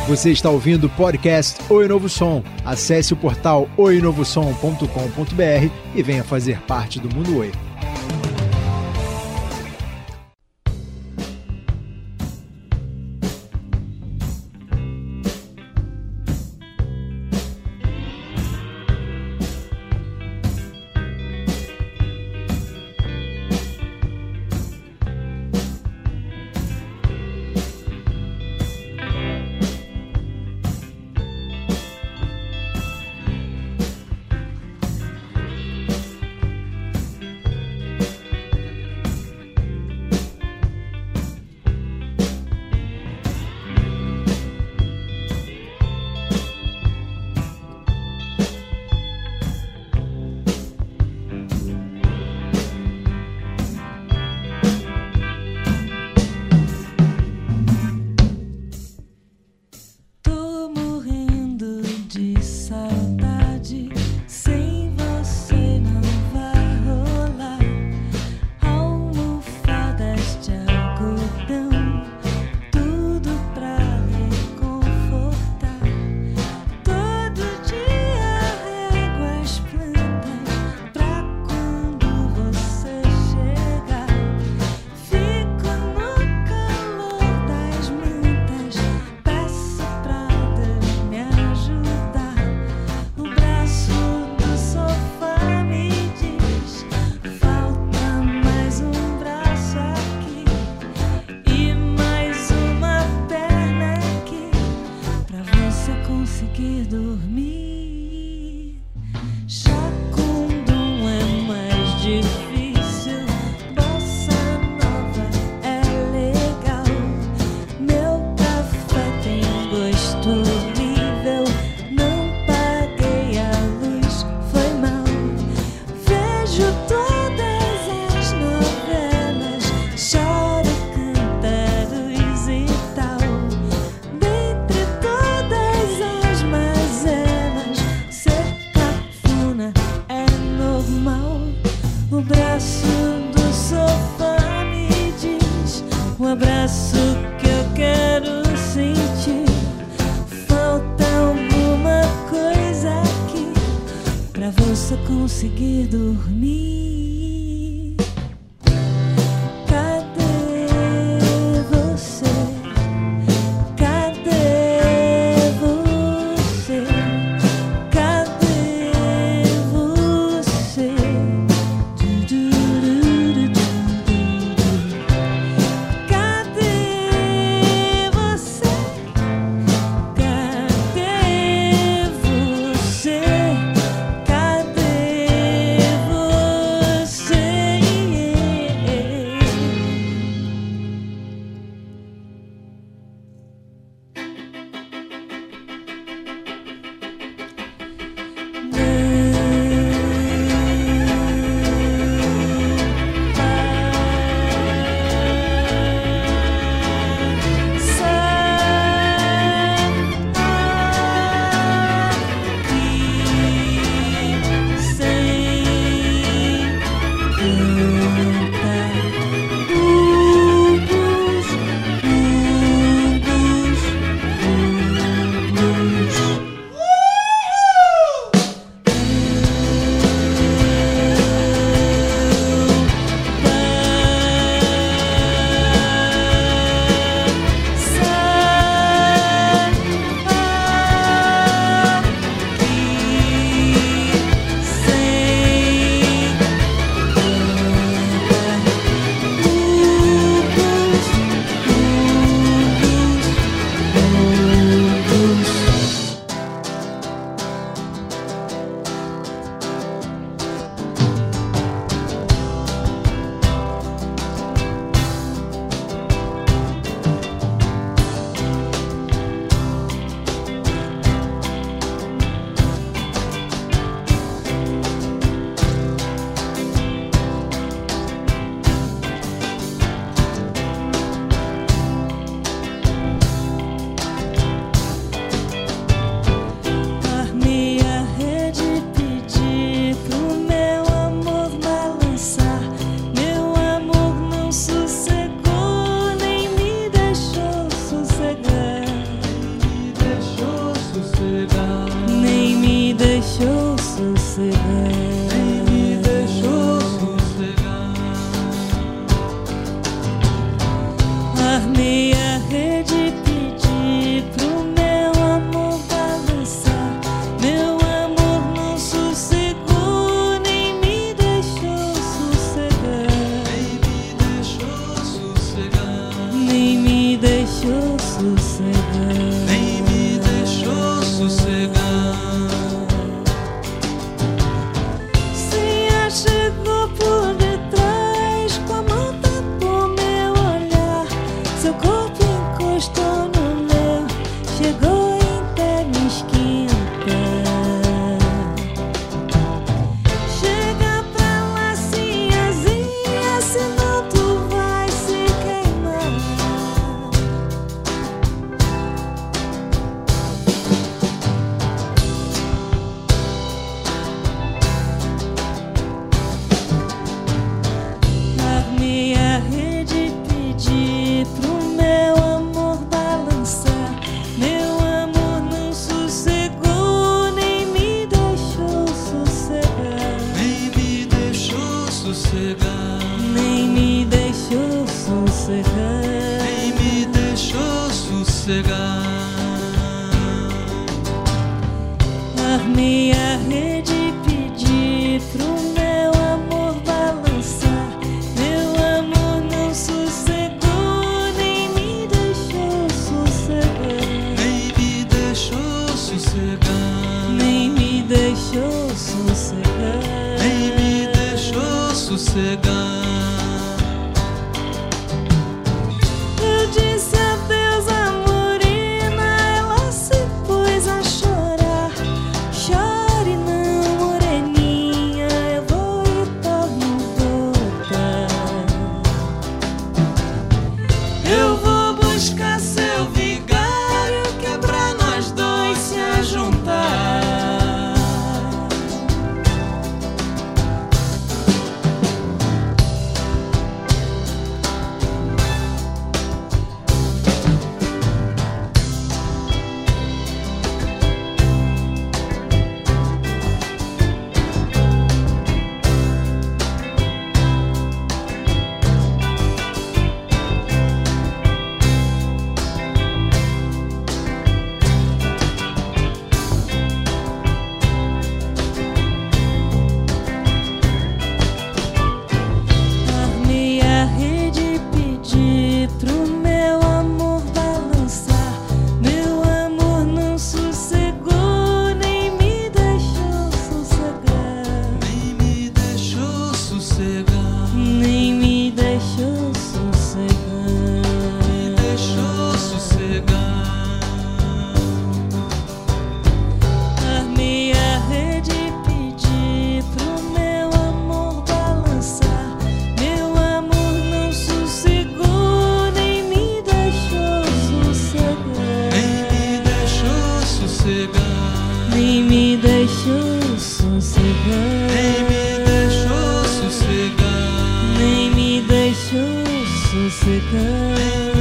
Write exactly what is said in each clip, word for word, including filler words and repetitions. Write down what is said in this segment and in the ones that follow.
Você está ouvindo o podcast Oi Novo Som. Acesse o portal oi novo som ponto com ponto b r e venha fazer parte do Mundo Oi. Conseguir dormir. sossegar, nem me deixou sossegar. Sim, chegou por detrás, com a mão tapou meu olhar. Seu corpo encostou no meu, chegou e até me esquenta. Chega pra lá, sinhazinha, senão tu vai se queimar. Armei a rede e pedi pro meu amor balançar. Meu amor não sossegou, nem me deixou sossegar, Nem me deixou sossegar, nem me deixou sossegar. nem me deixou sossegar. Armei a rede e pedi pro meu amor balançar. Meu amor não sossegou, nem me deixou sossegar, Nem me deixou sossegar, nem me deixou sossegar. nem me deixou sossegar. Eu disse adeus à morena, ela se pôs a chorar. Chore não, moreninha, eu vou e torno voltar. Eu vou buscar seu vigário, que é pra nós dois se ajuntar. Armei a rede e pedi pro meu amor balançar. Meu amor não sossegou, nem me deixou sossegar, Nem me deixou sossegar, nem me deixou sossegar. me deixou sossegar. Armei a rede e pedi pro meu amor balançar. Meu amor não sossegou, nem me deixou sossegar, Nem me deixou sossegar, nem me deixou sossegar, nem me deixou sossegar, nem me deixou sossegar,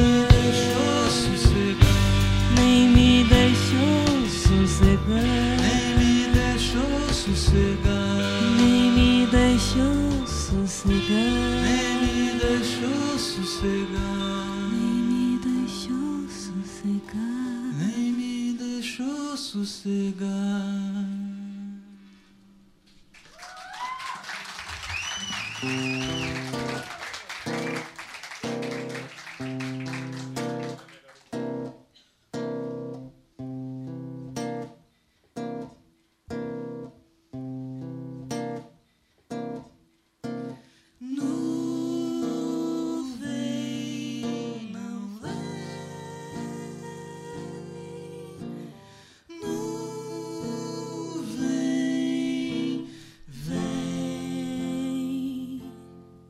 nem me deixou sossegar, nem me deixou sossegar, nem me deixou sossegar, nem me deixou sossegar, nem me deixou sossegar, nem me deixou sossegar. nem me deixou sossegar. Nuvem não vem, nuvem vem.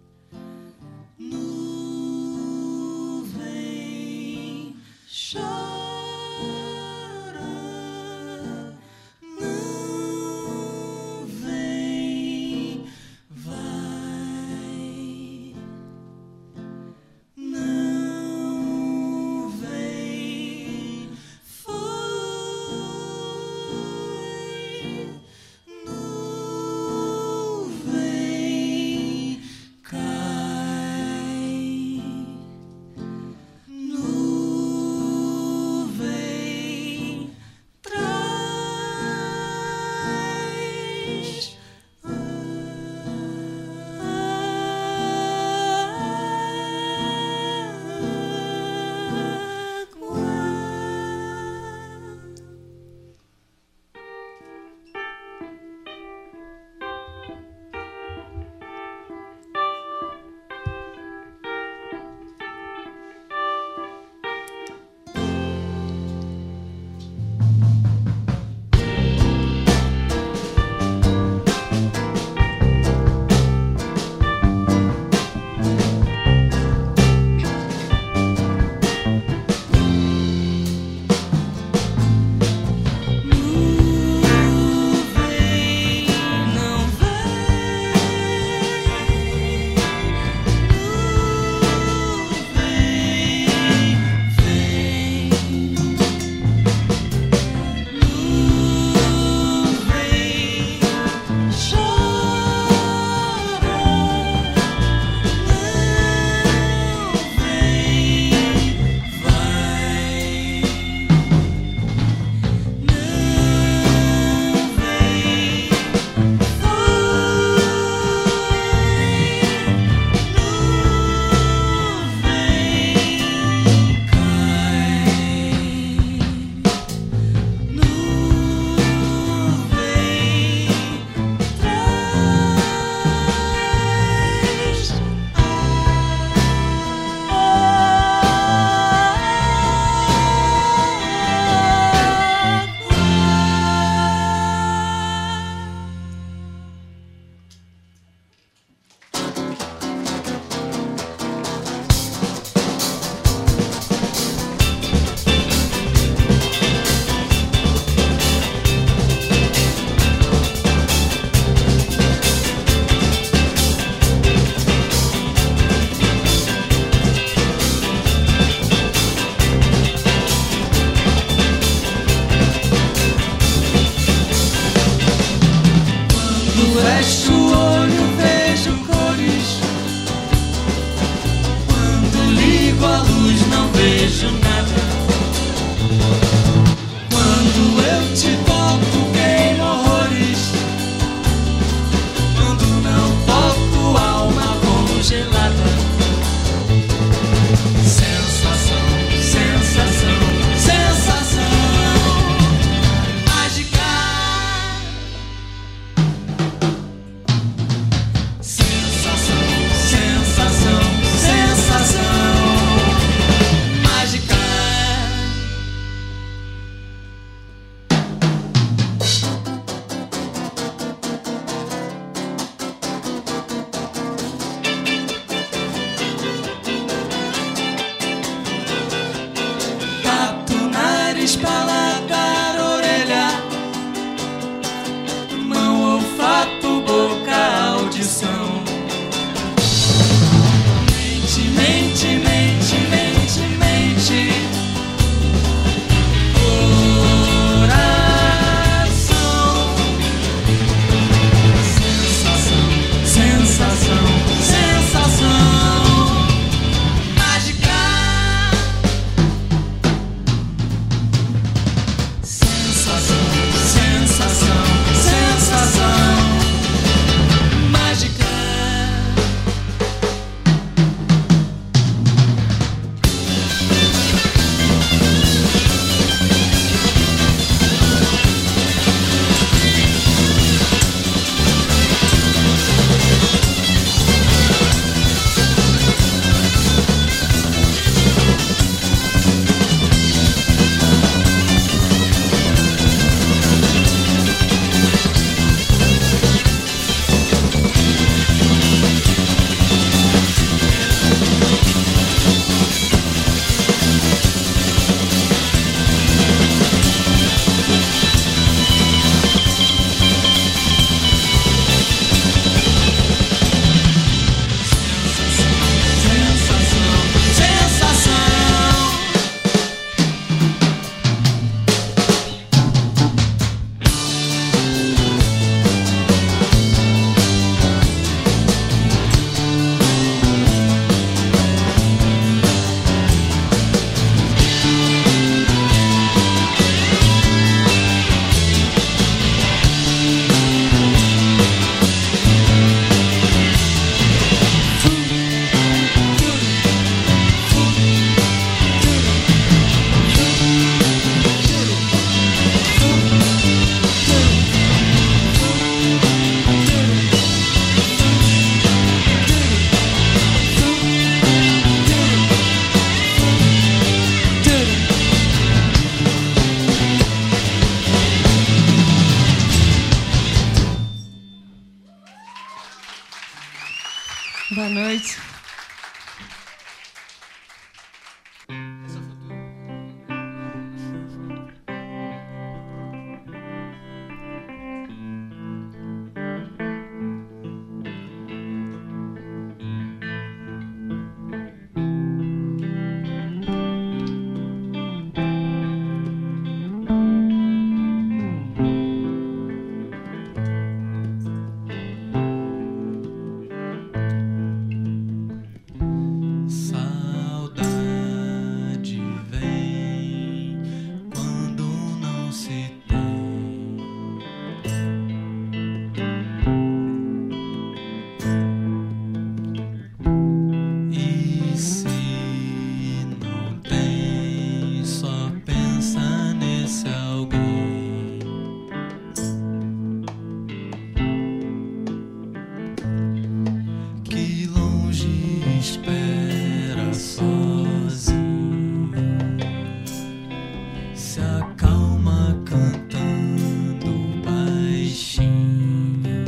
se acalma cantando baixinho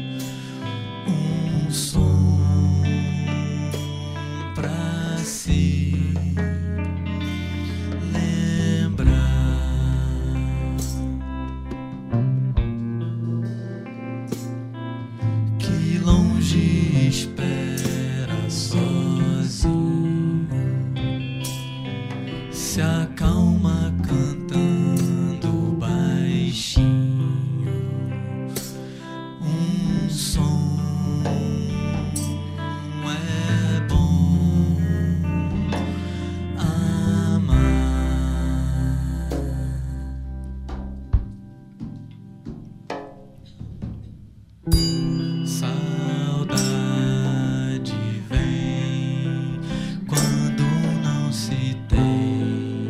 um som pra se lembrar que longe espera sozinho, se acalma cantando baixinho um som. É bom amar. Saudade vem quando não se tem.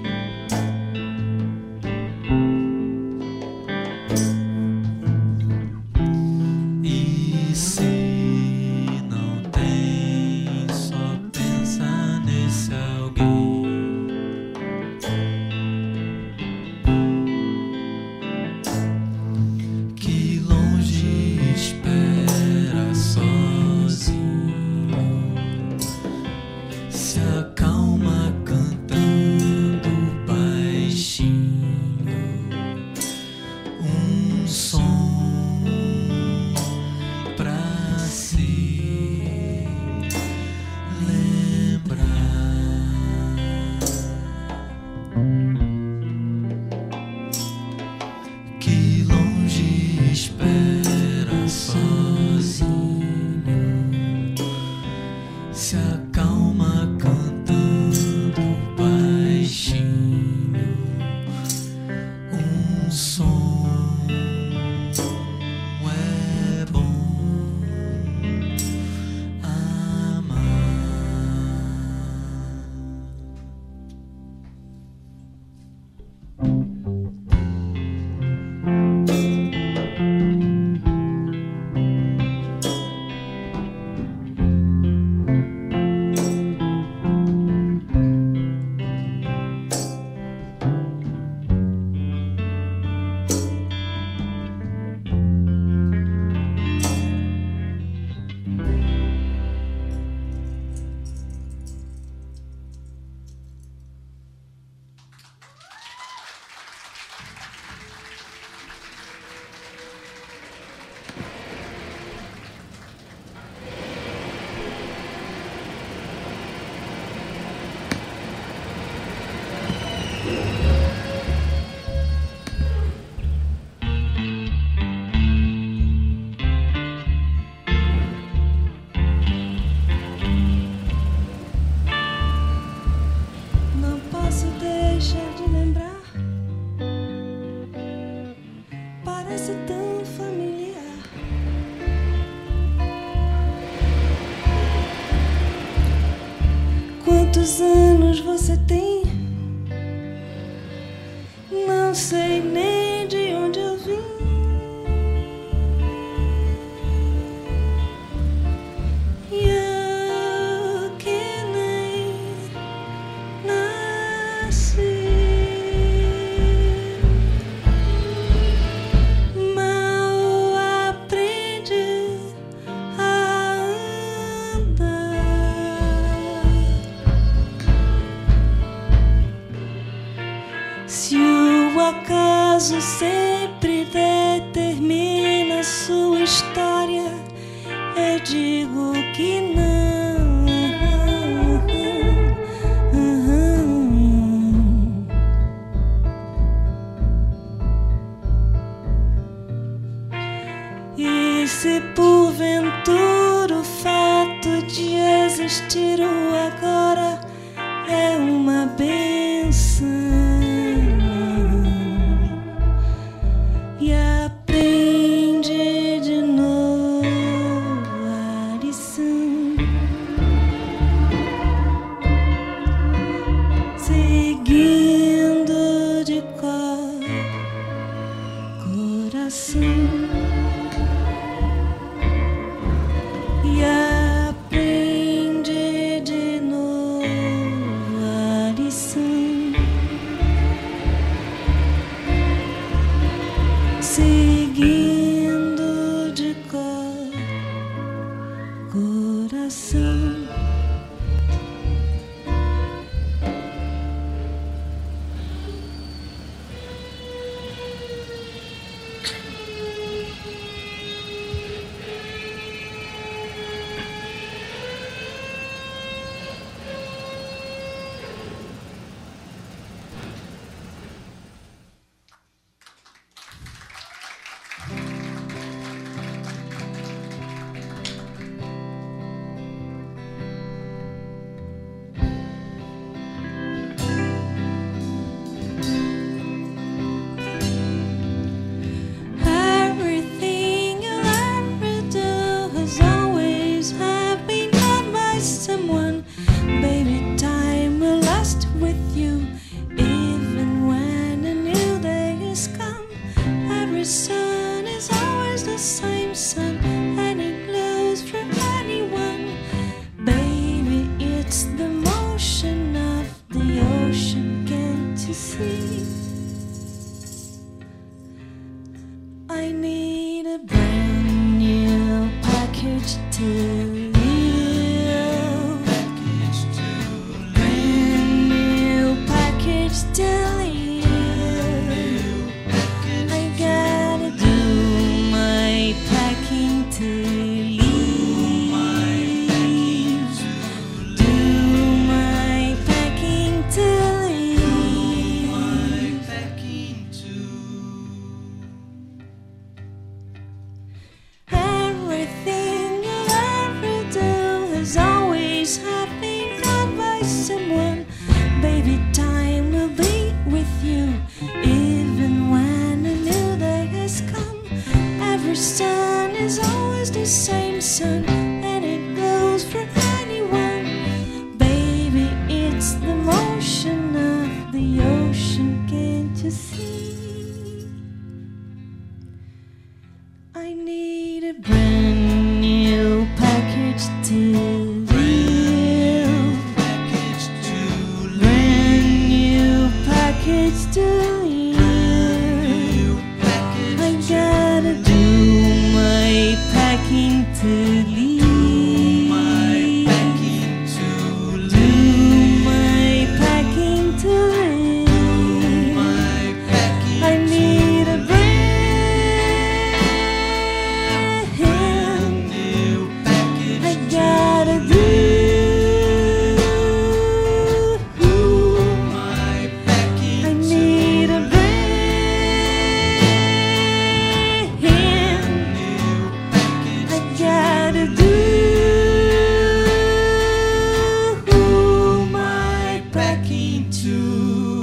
E se não tem, só pensa nesse alguém. Que longe espera sozinho, se acalma cantando baixinho um som pra se lembrar. Que longe espera sozinho, se acalma cantando baixinho um som. É bom amar. Não posso deixar de lembrar, parece tão familiar. Quantos anos você tem? Não sei nem de onde eu vim. E eu que nem nasci, mal aprendi a andar. Se o acaso sempre determina sua história, eu digo que não. E se porventura o fato de existir o agora é uma bênção, e aprende de novo a lição. see. I need a brand new package to leave. Brand new package to leave. I gotta do my packing to leave. Do my packing to leave. Everything you ever do is always happening not by someone. Baby, time will be with you even when a new day has come. Every sun is always the same sun, and it goes for anyone. Baby, it's the motion of the ocean, can't you see? I need a brand new package to leave. Brand new package to leave. I gotta do my packing to leave. Do my packing to leave. I need a brand new. I gotta do my packing. I need a brand new. I gotta do my packing too.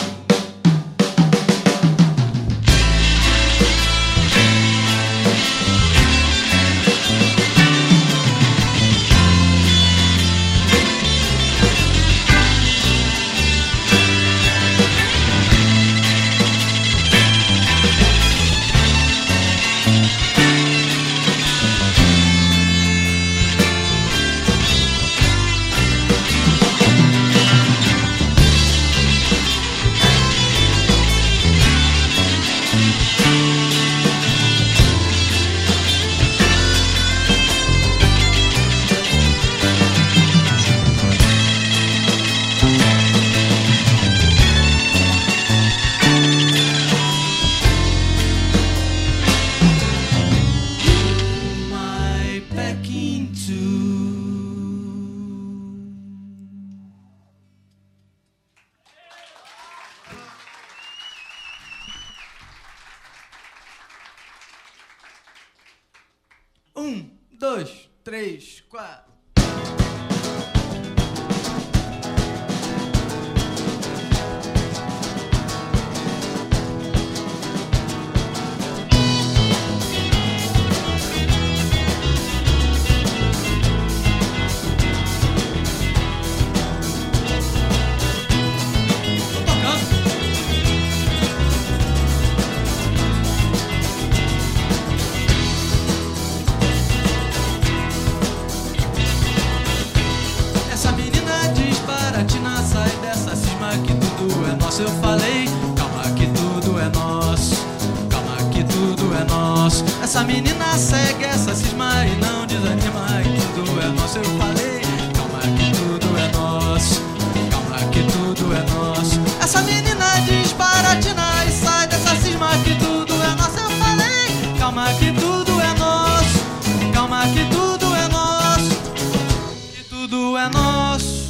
My packing too. Um, dois, três, quatro. Essa menina disparatina, sai dessa cisma que tudo é nosso. Eu falei, calma que tudo é nosso. Calma que tudo é nosso. Essa menina segue essa cisma e não desanima, e tudo é nosso. Eu falei, calma que tudo é nosso. Calma que tudo é nosso. Essa menina disparatina e sai dessa cisma que tudo é nosso. Eu falei, calma que tudo é nosso. Calma que tudo é nosso. Que tudo é nosso.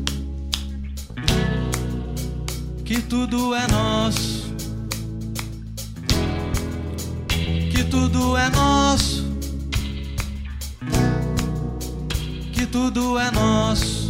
Que tudo é nosso. Que tudo é nosso. Que tudo é nosso.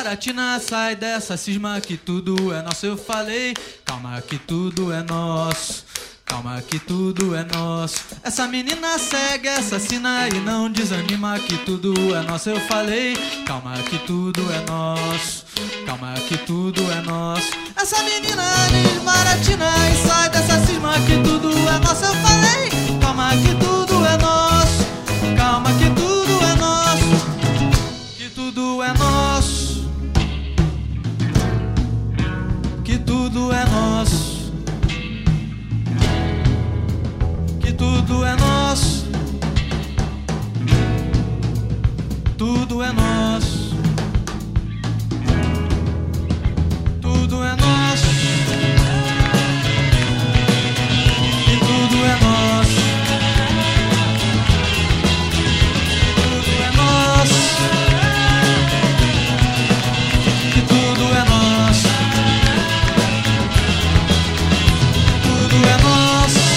desbaratina, sai dessa cisma que tudo é nosso. Eu falei, calma que tudo é nosso. Calma que tudo é nosso. Essa menina segue, assassina e não desanima que tudo é nosso. Eu falei, calma que tudo é nosso. Calma que tudo é nosso. Essa menina desbaratina e sai dessa cisma que tudo é nosso. Eu falei, calma que tudo é nosso. Calma que tudo é nosso. Que tudo é nosso. Que tudo é nosso. Tudo é nosso, tudo é nosso, tudo é nosso, e tudo é nosso, tudo é nosso, e tudo é nosso, tudo é nosso.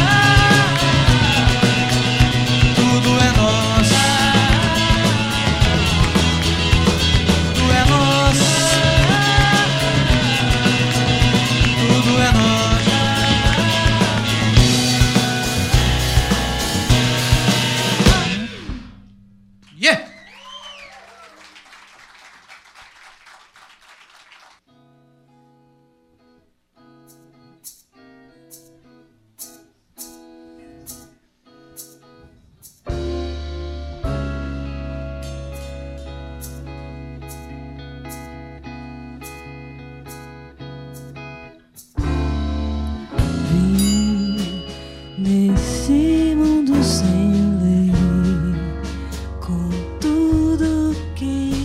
Nesse mundo sem lei, com tudo que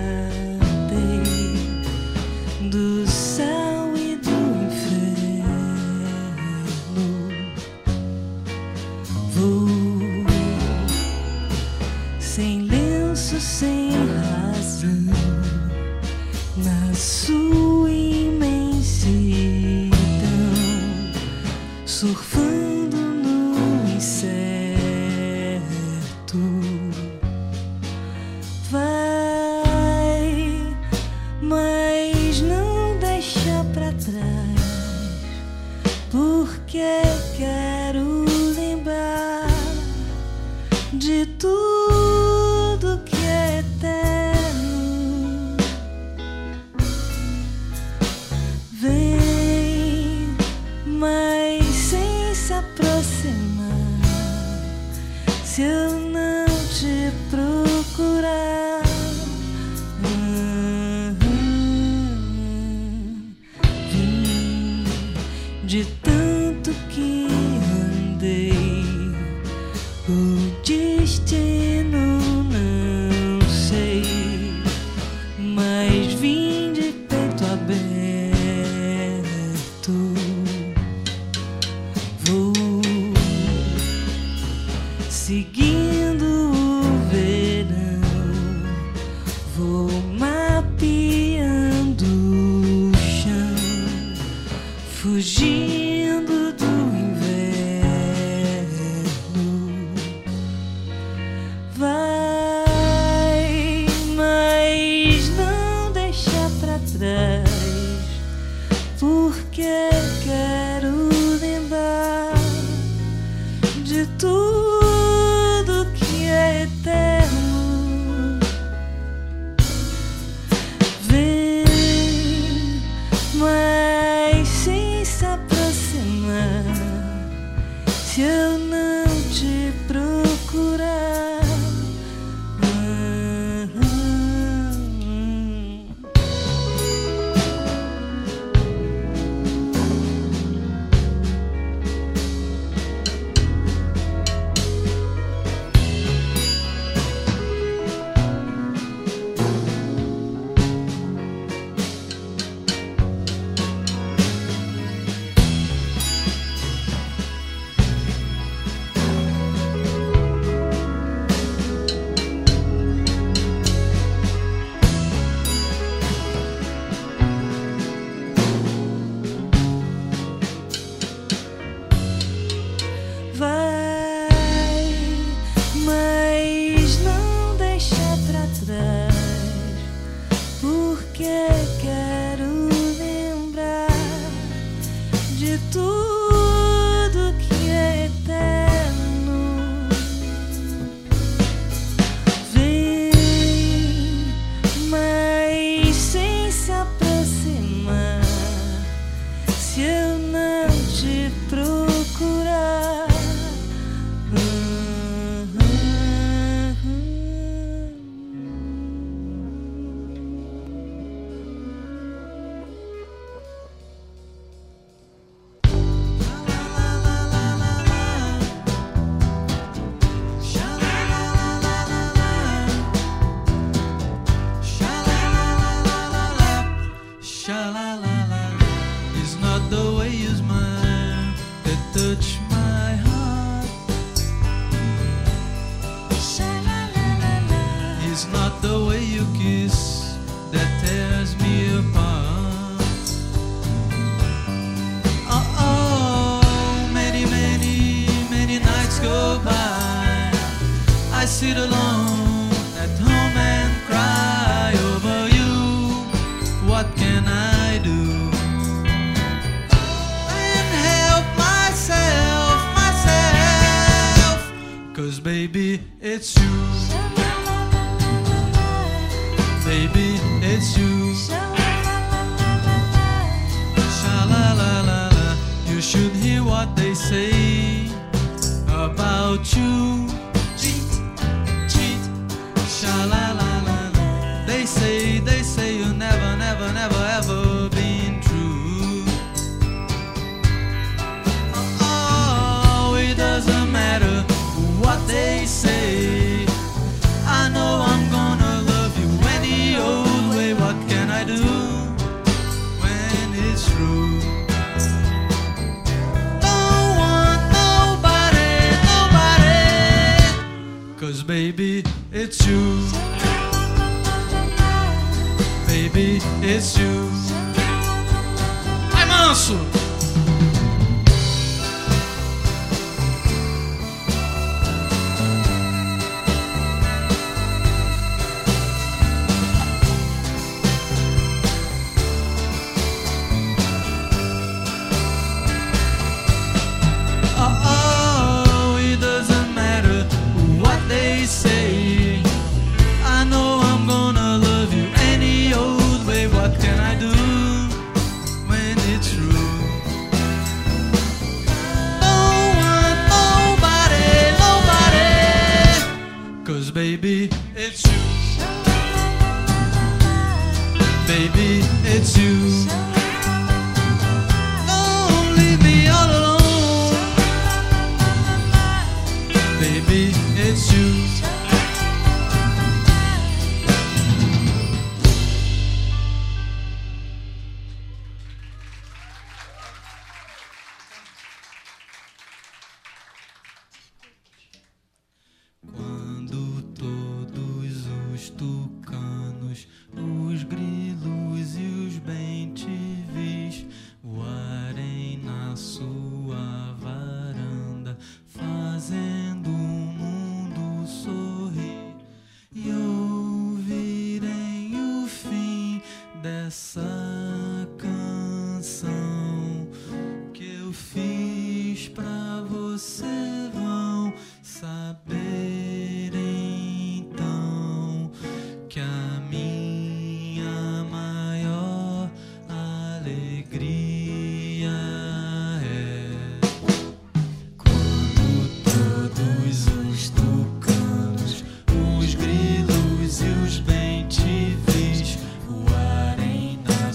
guardei do céu e do inferno, vou sem lenço, sem razão, na sua imensidão, surfando vai, mas não deixa pra trás, porque quero lembrar de tudo que é eterno. Vem, mas sem se aproximar, se eu não te procurar. Vim de tanto que andei, o destino não sei, mas vim de peito aberto. Vou seguindo o verão, vou mapeando o chão, fugindo sit alone at home and cry over you. What can I do? And help myself, myself, 'cause baby, it's you. Baby, it's you. Sha-la-la-la-la. You should hear what they say about you. Cheat, cheat, sha-la-la-la-la. They say, they say you never, never, never, ever been true. Oh, it doesn't matter what they say. I know I'm gonna love you any old way. What can I do when it's true? Don't want nobody, nobody, 'cause baby, it's you. Baby, it's you. Vai, manso! Baby, it's you. Baby, it's you. Don't leave me all alone. Baby, it's you. Tucanos, os grilos e os bem-te-vis voarem na sua varanda, fazendo o mundo sorrir e ouvirem o fim dessa canção que eu fiz pra você. Vão saber então que a minha maior alegria é quando todos os tucanos, os grilos e os bem-te-vis voarem na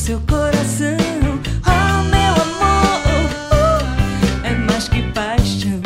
seu coração. Oh, meu amor, uh, é mais que paixão.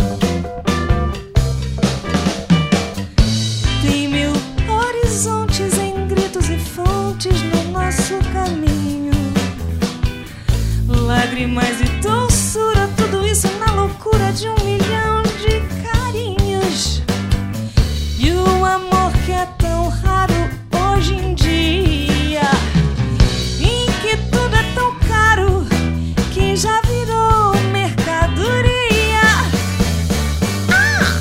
Tem mil horizontes em gritos e fontes no nosso caminho, lágrimas e doçura, tudo isso na loucura de um milhão de carinhos. E o amor que é tão raro hoje em dia, em que tudo é tão caro que já virou mercadoria. Ah!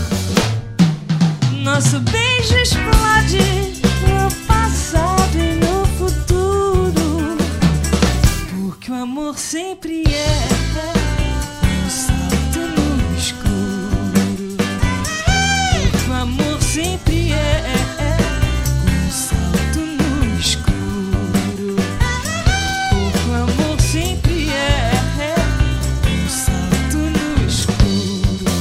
Nosso beijo explode no passado e no futuro, porque o amor sempre é um salto no escuro. Porque o amor sempre é um salto no escuro. Porque o amor sempre é um salto no escuro.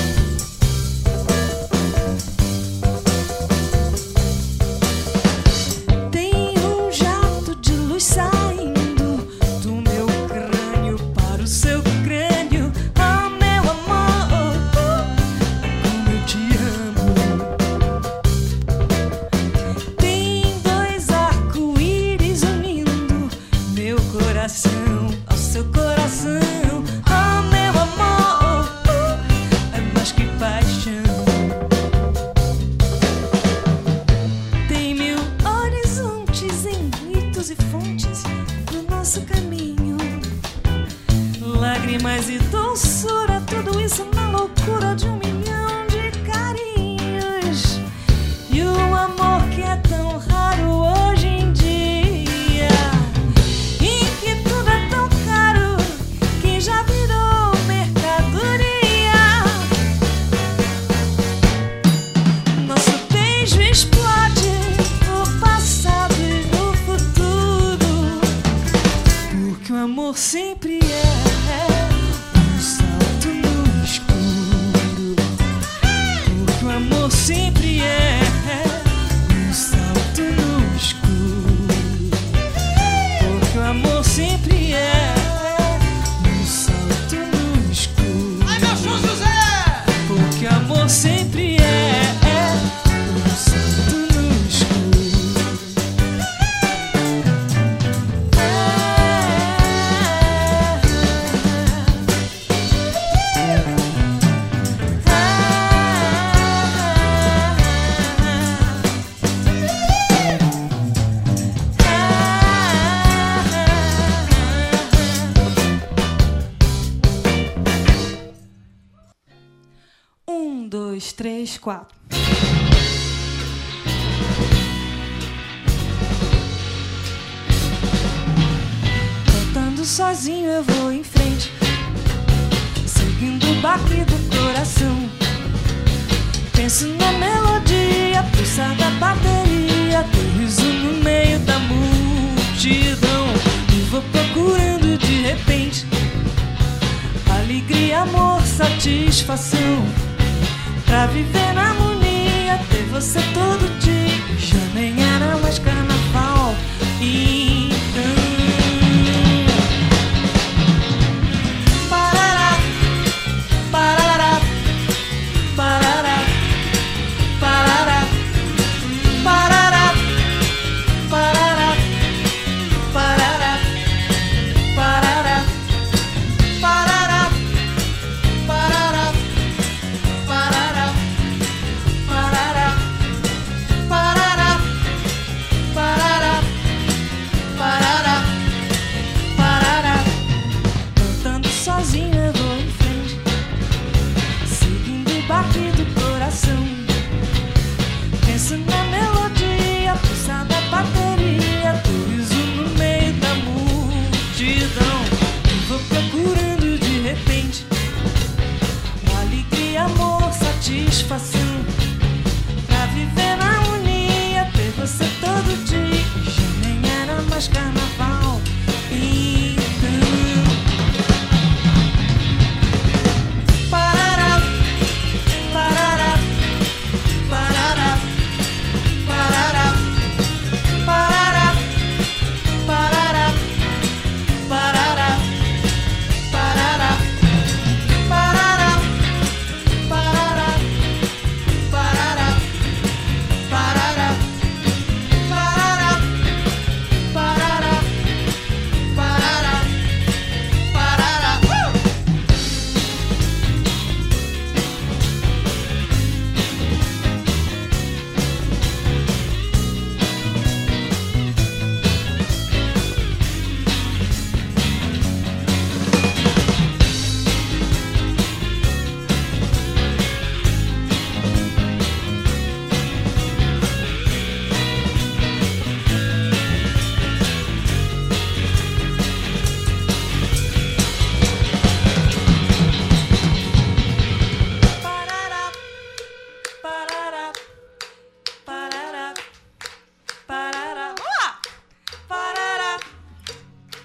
Tem um jato de luz saindo do meu crânio para o seu crânio. Oh, meu amor, como eu te amo. Tem dois arco-íris unindo meu coração ao seu coração. Oh, meu amor, é mais que paixão. Tem mil horizontes em ritos e fontes no nosso caminho, lágrimas e doçura, tudo isso na loucura de um milhão de carinhos. E o amor que é tão raro hoje em dia, em que tudo é tão caro que já virou mercadoria. Nosso beijo explode no passado e no futuro, porque o amor sempre é um salto no escuro. Porque o amor sempre é um salto no escuro. Porque o amor sempre é um salto no escuro. Ai, meu São José! Porque o amor sempre é um salto no escuro. Um, dois, três, quatro. Cantando sozinho eu vou em frente, seguindo o baque do coração. Penso na melodia, pulsar da bateria, teu riso no meio da multidão. E vou procurando de repente alegria, amor, satisfação, pra viver na harmonia, ter você todo dia. Já nem era mais carnaval, então parará, parará, parará, parará, parará, parará, parará, parará, parará, parará, parará, parará,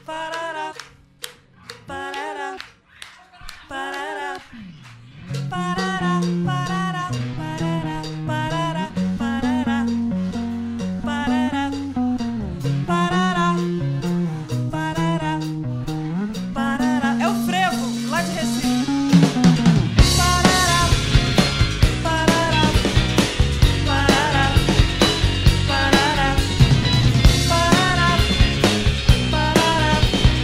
parará, parará, parará, parará, parará, parará, parará, parará, parará, parará, parará, parará. É o frevo, lá de Recife. Parará, parará, parará, parará, parará, parará, parará,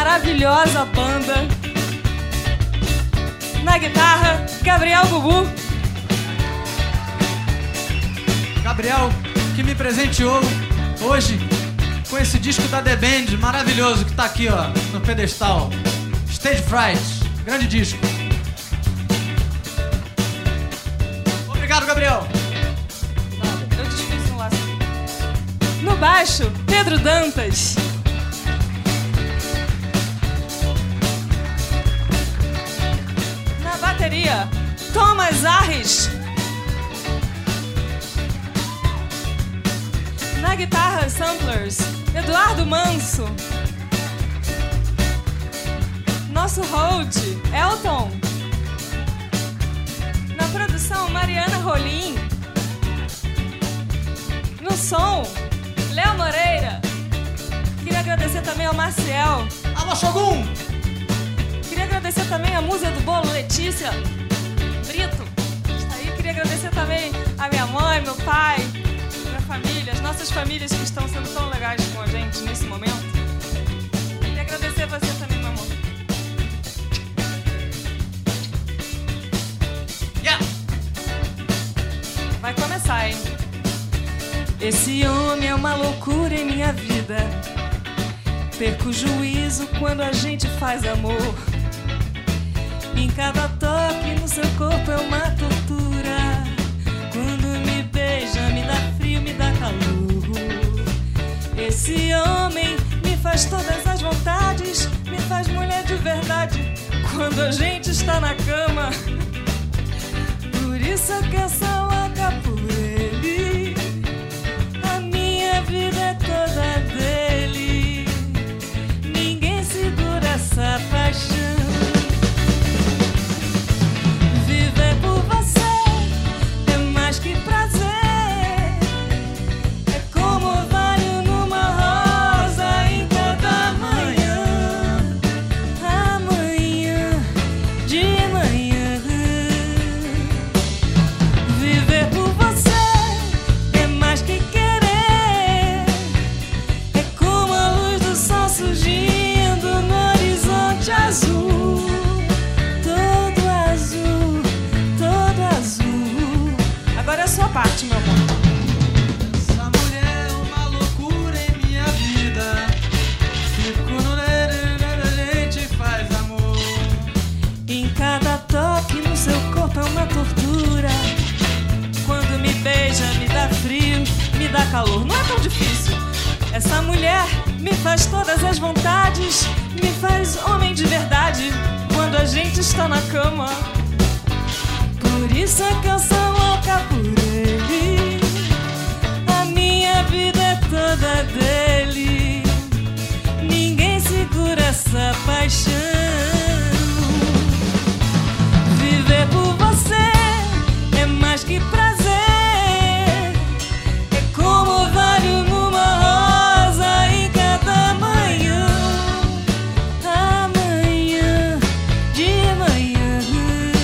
maravilhosa banda. Na guitarra, Gabriel Bubu. Gabriel, que me presenteou hoje com esse disco da The Band maravilhoso que tá aqui, ó, no pedestal. Stage Fright, grande disco. Obrigado, Gabriel. Eu desfiz um laço. No baixo, Pedro Dantas. Na bateria, Thomas Arres. Na guitarra, samplers, Eduardo Manso. Nosso hold, Elton. Na produção, Mariana Rolim. No som, Léo Moreira. Queria agradecer também ao Marcial. Alô, Shogun! Queria agradecer também a musa do bolo, Letícia Brito. Está aí. Queria agradecer também a minha mãe, meu pai, minha família, as nossas famílias que estão sendo tão legais com a gente nesse momento. Queria agradecer a você também, meu amor. Yeah! Vai começar, hein? Esse homem é uma loucura em minha vida. Perco o juízo quando a gente faz amor. Em cada toque no seu corpo é uma tortura. Quando me beija, me dá frio, me dá calor. Esse homem me faz todas as vontades, me faz mulher de verdade quando a gente está na cama. Por isso que eu sou louca por ele. A minha vida é toda dele. Ninguém segura essa paixão. Viver por você é mais que prazer. É como orvalho numa rosa em cada manhã. Amanhã, de manhã. Viver por você é mais que querer. É como a luz do sol surgindo no horizonte azul. Todo azul, todo azul. Agora é a sua parte, meu amor. Essa mulher é uma loucura em minha vida. Fico no dedo, a gente faz amor. Em cada toque no seu corpo é uma tortura. Quando me beija, me dá frio, me dá calor. Não é tão difícil. Essa mulher me faz todas as vontades, me faz homem de verdade quando a gente está na cama. Por isso é que eu sou louca por ele. A minha vida é toda dele. Ninguém segura essa paixão. Viver por você é mais que prazer. É como orvalho numa rosa em cada manhã. Amanhã, de manhã.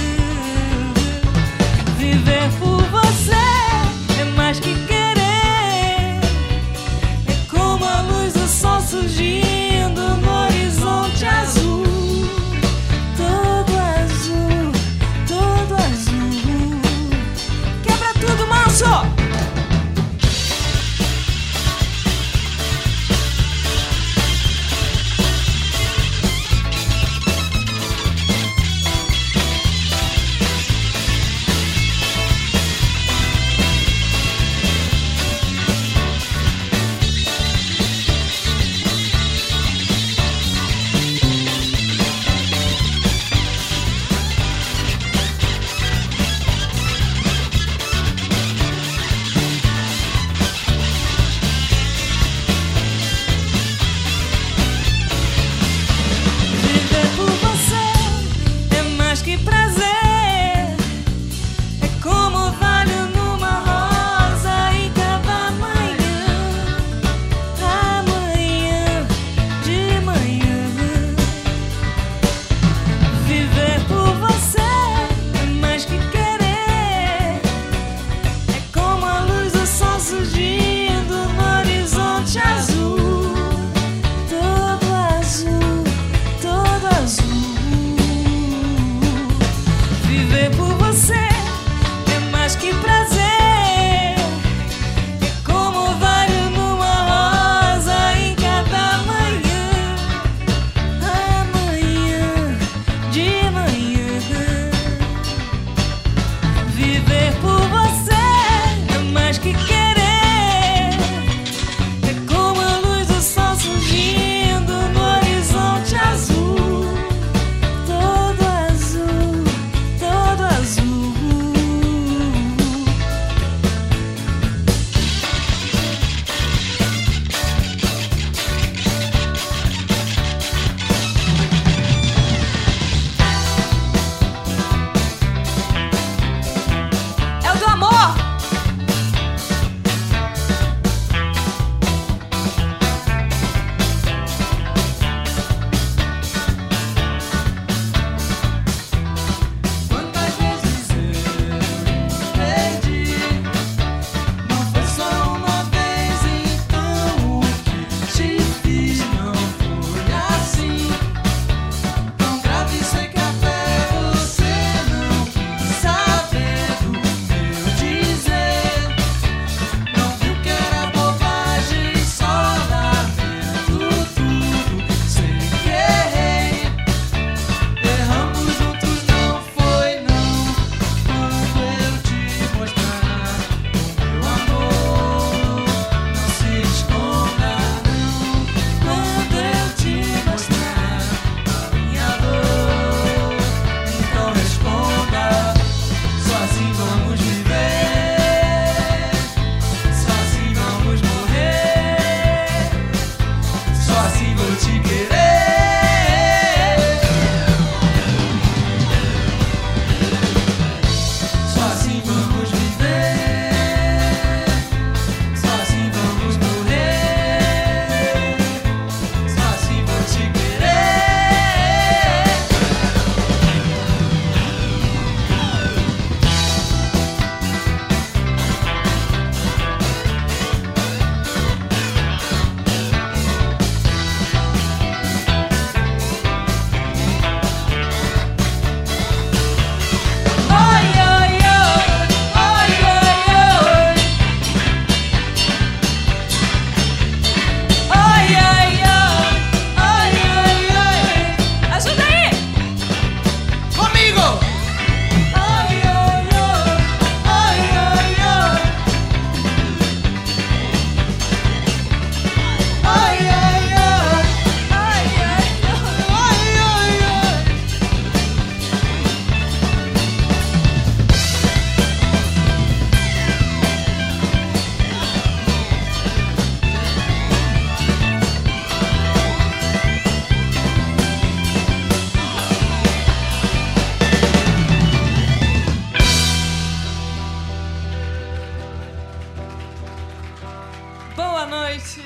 noite.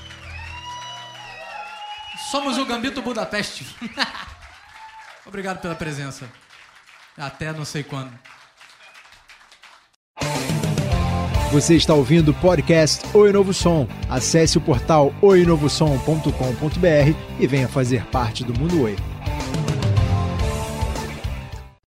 Somos o Gambito Budapeste. Obrigado pela presença. Até não sei quando. Você está ouvindo o podcast Oi Novo Som. Acesse o portal oi novo som ponto com ponto b r e venha fazer parte do Mundo Oi.